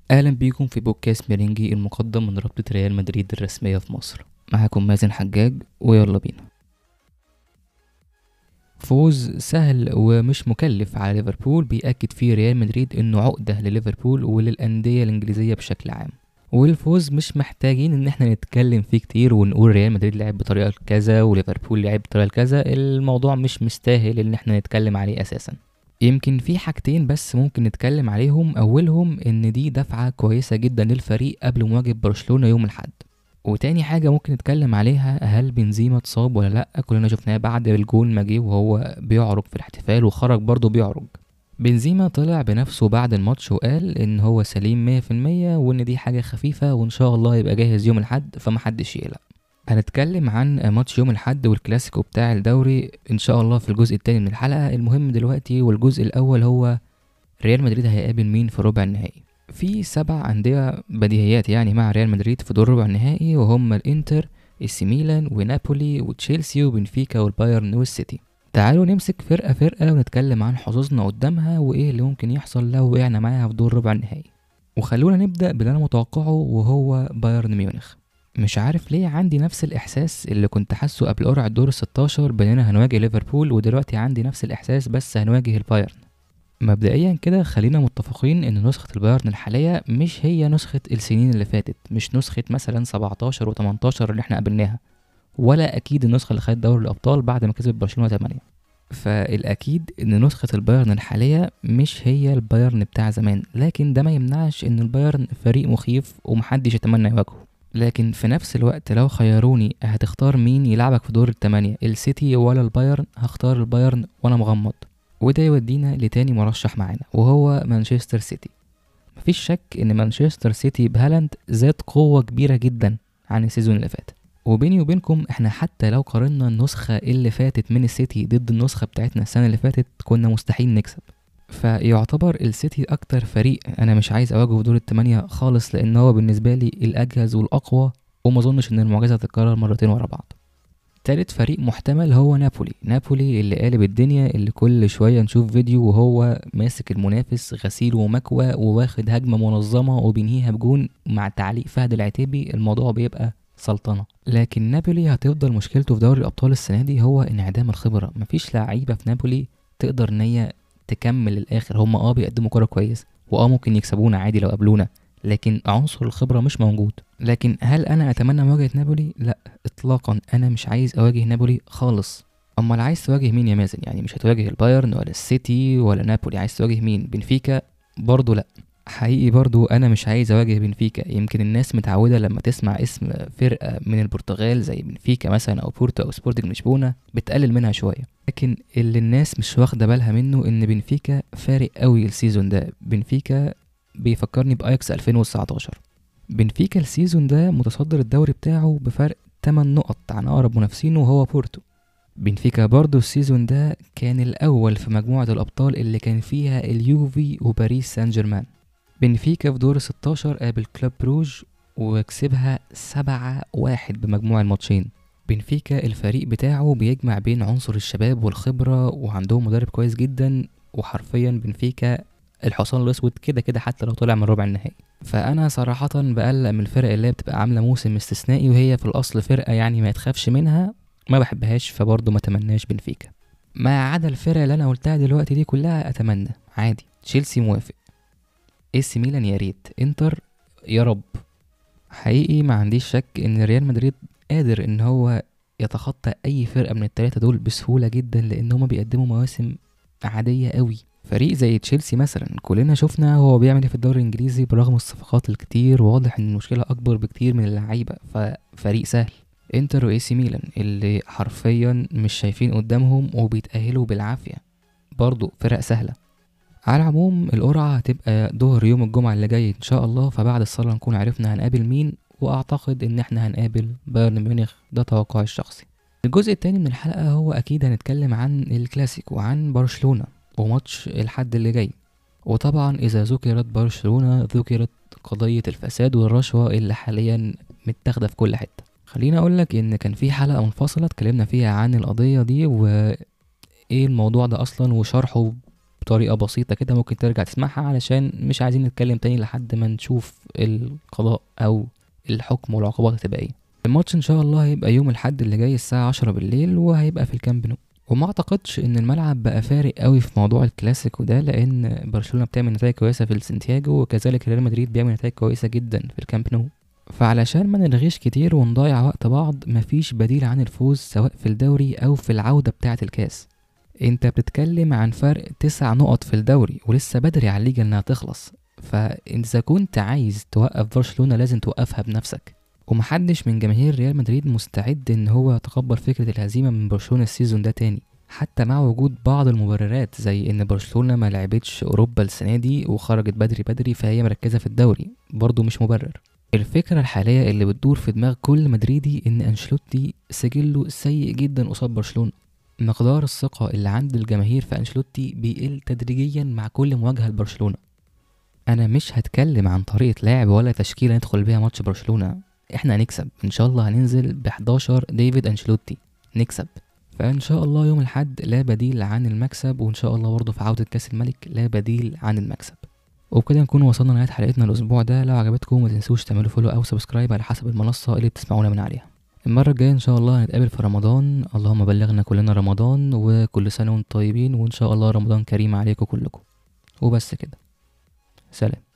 اهلا بيكم في بودكاست ميرينجي المقدم من رابطة ريال مدريد الرسمية في مصر. معاكم مازن حجاج ويلا بينا. فوز سهل ومش مكلف على ليفربول بيأكد فيه ريال مدريد انه عقدة لليفربول وللأندية الإنجليزية بشكل عام، والفوز مش محتاجين ان احنا نتكلم فيه كتير ونقول ريال مدريد لعب بطريقة كذا وليفربول لعب بطريقة كذا. الموضوع مش مستاهل ان احنا نتكلم عليه اساسا. يمكن في حاجتين بس ممكن نتكلم عليهم، اولهم ان دي دفعة كويسة جدا للفريق قبل مواجهة برشلونة يوم الاحد. وتاني حاجة ممكن نتكلم عليها، هل بنزيما اتصاب ولا لأ؟ كلنا شفناه بعد الجول ما جه وهو بيعرج في الاحتفال وخرج برضه بيعرج. بنزيما طلع بنفسه بعد الماتش وقال ان هو سليم 100% وان دي حاجة خفيفة وان شاء الله يبقى جاهز يوم الاحد، فمحدش يقلق. هنتكلم عن ماتش يوم الاحد والكلاسيكو بتاع الدوري ان شاء الله في الجزء التاني من الحلقة. المهم دلوقتي والجزء الاول هو ريال مدريد هيقابل مين في ربع النهائي. في 7 أندية بديهيات يعني مع ريال مدريد في دور ربع النهائي، وهم الانتر، السي ميلان ونابولي وتشيلسي وبنفيكا والبايرن والسيتي. تعالوا نمسك فرقة فرقة ونتكلم عن حظوظنا قدامها وايه اللي ممكن يحصل لو وقعنا معاها في دور ربع النهائي. وخلونا نبدأ باللي أنا متوقعه وهو بايرن ميونخ. مش عارف ليه عندي نفس الإحساس اللي كنت حاسه قبل قرعة دور الستاشر بأننا هنواجه ليفربول، ودلوقتي عندي نفس الإحساس بس هنواجه البايرن. مبدئيا كده خلينا متفقين ان نسخة البايرن الحالية مش هي نسخة السنين اللي فاتت، مش نسخة مثلا 17 و18 اللي احنا قابلناها، ولا اكيد النسخة اللي خدت دوري الابطال بعد ما كسبت برشلونة 8. فالاكيد ان نسخة البايرن الحالية مش هي البايرن بتاع زمان، لكن ده ما يمنعش ان البايرن فريق مخيف ومحدش يتمنى يواجهه. لكن في نفس الوقت لو خيروني هتختار مين يلعبك في دور الثمانية، السيتي ولا البايرن؟ هختار البايرن وانا مغمض. وده يودينا لتاني مرشح معانا وهو مانشستر سيتي. مفيش شك ان مانشستر سيتي بهالاند زاد قوة كبيرة جدا عن السيزون اللي فات. وبيني وبينكم احنا حتى لو قارنا النسخة اللي فاتت من السيتي ضد النسخة بتاعتنا السنة اللي فاتت كنا مستحيل نكسب. فيعتبر السيتي اكتر فريق انا مش عايز اواجهه في دور الثمانية خالص، لان هو بالنسبة لي الاجهز والاقوى، وما اظنش ان المعجزة هتتكرر مرتين ورا بعض. تالت فريق محتمل هو نابولي اللي قالب الدنيا، اللي كل شوية نشوف فيديو وهو ماسك المنافس غسيل ومكوى وواخد هجمة منظمة وبينهيها بجون مع تعليق فهد العتيبي، الموضوع بيبقى سلطنة. لكن نابولي هتفضل مشكلته في دوري الأبطال السنة دي هو انعدام الخبرة. مفيش لعيبة في نابولي تقدر ان هي تكمل الآخر. هم بيقدموا كرة كويس ممكن يكسبونا عادي لو قابلونا، لكن عنصر الخبرة مش موجود. لكن هل انا اتمنى مواجهة نابولي؟ لا اطلاقا، انا مش عايز اواجه نابولي خالص. امال عايز تواجه مين يا مازن؟ يعني مش هتواجه البايرن ولا السيتي ولا نابولي، عايز تواجه مين؟ بنفيكا؟ برضو لا، حقيقي برضو انا مش عايز اواجه بنفيكا. يمكن الناس متعودة لما تسمع اسم فرقة من البرتغال زي بنفيكا مثلا او بورتو او سبورتنج لشبونة بتقلل منها شوية، لكن اللي الناس مش واخدة بالها منه ان بنفيكا فارق قوي السيزون ده. بنفيكا بيفكرني باياكس 2019. بنفيكا السيزون ده متصدر الدوري بتاعه بفرق 8 نقط عن أقرب منافسينه وهو بورتو. بنفيكا برضو السيزون ده كان الأول في مجموعة الأبطال اللي كان فيها اليوفي وباريس سان جيرمان. بنفيكا في دور 16 قابل كلوب بروج وكسبها 7-1 بمجموع الماتشين. بنفيكا الفريق بتاعه بيجمع بين عنصر الشباب والخبرة وعندهم مدرب كويس جدا، وحرفيا بنفيكا الحصان الأسود كده كده حتى لو طلع من ربع النهائي. فانا صراحة بقلق من الفرق اللي هي بتبقى عاملة موسم استثنائي وهي في الاصل فرقة يعني ما يتخافش منها، ما بحبهاش، فبرضه ما تمناش بنفيكا. ما عدا الفرق اللي انا قلتها دلوقتي دي كلها اتمنى عادي. تشيلسي موافق، اس ميلان يا ريت، انتر يا رب. حقيقي ما عنديش شك ان ريال مدريد قادر ان هو يتخطى اي فرقة من التلاتة دول بسهولة جدا، لان هما بيقدموا مواسم عادية قوي. فريق زي تشيلسي مثلا كلنا شفنا هو بيعمل ايه في الدوري الانجليزي برغم الصفقات الكتير، وواضح ان المشكله اكبر بكتير من اللعيبه، ففريق سهل. انتر واي سي ميلان اللي حرفيا مش شايفين قدامهم وبيتاهلوا بالعافيه، برضو فرق سهله. على العموم القرعه هتبقى ظهر يوم الجمعه اللي جاي ان شاء الله، فبعد الصلاه نكون عرفنا هنقابل مين، واعتقد ان احنا هنقابل بايرن ميونخ، ده توقعي الشخصي. الجزء التاني من الحلقه هو اكيد هنتكلم عن الكلاسيكو وعن برشلونه وماتش الحد اللي جاي. وطبعا اذا ذكرت برشلونة ذكرت قضية الفساد والرشوة اللي حاليا متاخدة في كل حتة. خليني اقولك ان كان في حلقة منفصلة اتكلمنا فيها عن القضية دي وايه الموضوع ده اصلا وشرحه بطريقة بسيطة كده، ممكن ترجع تسمعها علشان مش عايزين نتكلم تاني لحد ما نشوف القضاء او الحكم والعقوبات هتبقى ايه. الماتش ان شاء الله هيبقى يوم الاحد اللي جاي الساعة 10 بالليل، وهيبقى في الكامب نو. وما اعتقدش ان الملعب بقى فارق قوي في موضوع الكلاسيكو ده، لان برشلونة بتعمل نتائج كويسة في السنتياجو، وكذلك ريال مدريد بيعمل نتائج كويسة جدا في الكامب نو. فعلشان ما نرغيش كتير ونضيع وقت بعض، مفيش بديل عن الفوز سواء في الدوري او في العودة بتاعة الكاس. انت بتتكلم عن فرق 9 نقط في الدوري، ولسه بدري على الليجا انها تخلص. فاذا كنت عايز توقف برشلونة لازم توقفها بنفسك. ومحدش من جماهير ريال مدريد مستعد ان هو يتقبل فكرة الهزيمة من برشلونة السيزون ده تاني، حتى مع وجود بعض المبررات زي ان برشلونة ما لعبتش اوروبا السنة دي وخرجت بدري فهي مركزة في الدوري، برضو مش مبرر. الفكرة الحالية اللي بتدور في دماغ كل مدريدي ان انشيلوتي سجله سيء جدا قصاد برشلونة. مقدار الثقة اللي عند الجماهير في انشيلوتي بيقل تدريجيا مع كل مواجهة لبرشلونة. انا مش هتكلم عن طريقة لعب ولا تشكيلة ندخل بيها ماتش برشلونة، احنا هنكسب ان شاء الله، هننزل ب11 ديفيد انشيلوتي نكسب. فان شاء الله يوم الاحد لا بديل عن المكسب، وان شاء الله برضه في عودة كاس الملك لا بديل عن المكسب. وبكده نكون وصلنا لنهاية حلقتنا الاسبوع ده. لو عجبتكم ما تنسوش تعملوا فولو او سبسكرايب على حسب المنصة اللي بتسمعونا من عليها. المرة الجاية ان شاء الله هنتقابل في رمضان، اللهم بلغنا كلنا رمضان، وكل سنة وانتم طيبين، وان شاء الله رمضان كريم عليكم كلكم. وبس كده، سلام.